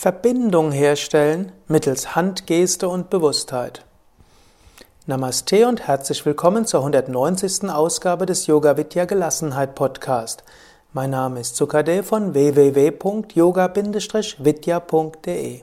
Verbindung herstellen mittels Handgeste und Bewusstheit. Namaste und herzlich willkommen zur 190. Ausgabe des Yoga Vidya Gelassenheit Podcast. Mein Name ist Sukadev von www.yoga-vidya.de.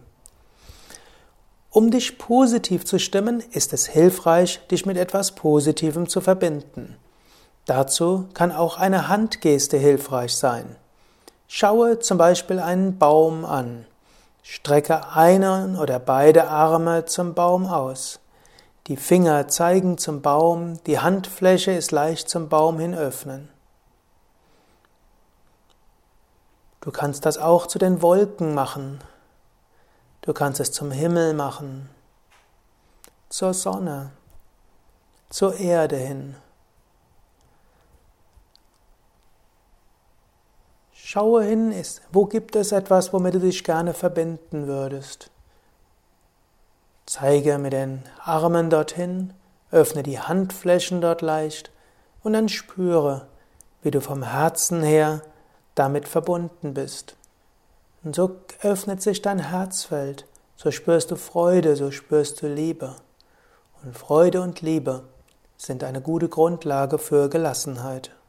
Um dich positiv zu stimmen, ist es hilfreich, dich mit etwas Positivem zu verbinden. Dazu kann auch eine Handgeste hilfreich sein. Schaue zum Beispiel einen Baum an. Strecke einen oder beide Arme zum Baum aus. Die Finger zeigen zum Baum, die Handfläche ist leicht zum Baum hin öffnen. Du kannst das auch zu den Wolken machen. Du kannst es zum Himmel machen, zur Sonne, zur Erde hin. Schaue hin, wo gibt es etwas, womit du dich gerne verbinden würdest. Zeige mit den Armen dorthin, öffne die Handflächen dort leicht und dann spüre, wie du vom Herzen her damit verbunden bist. Und so öffnet sich dein Herzfeld, so spürst du Freude, so spürst du Liebe. Und Freude und Liebe sind eine gute Grundlage für Gelassenheit.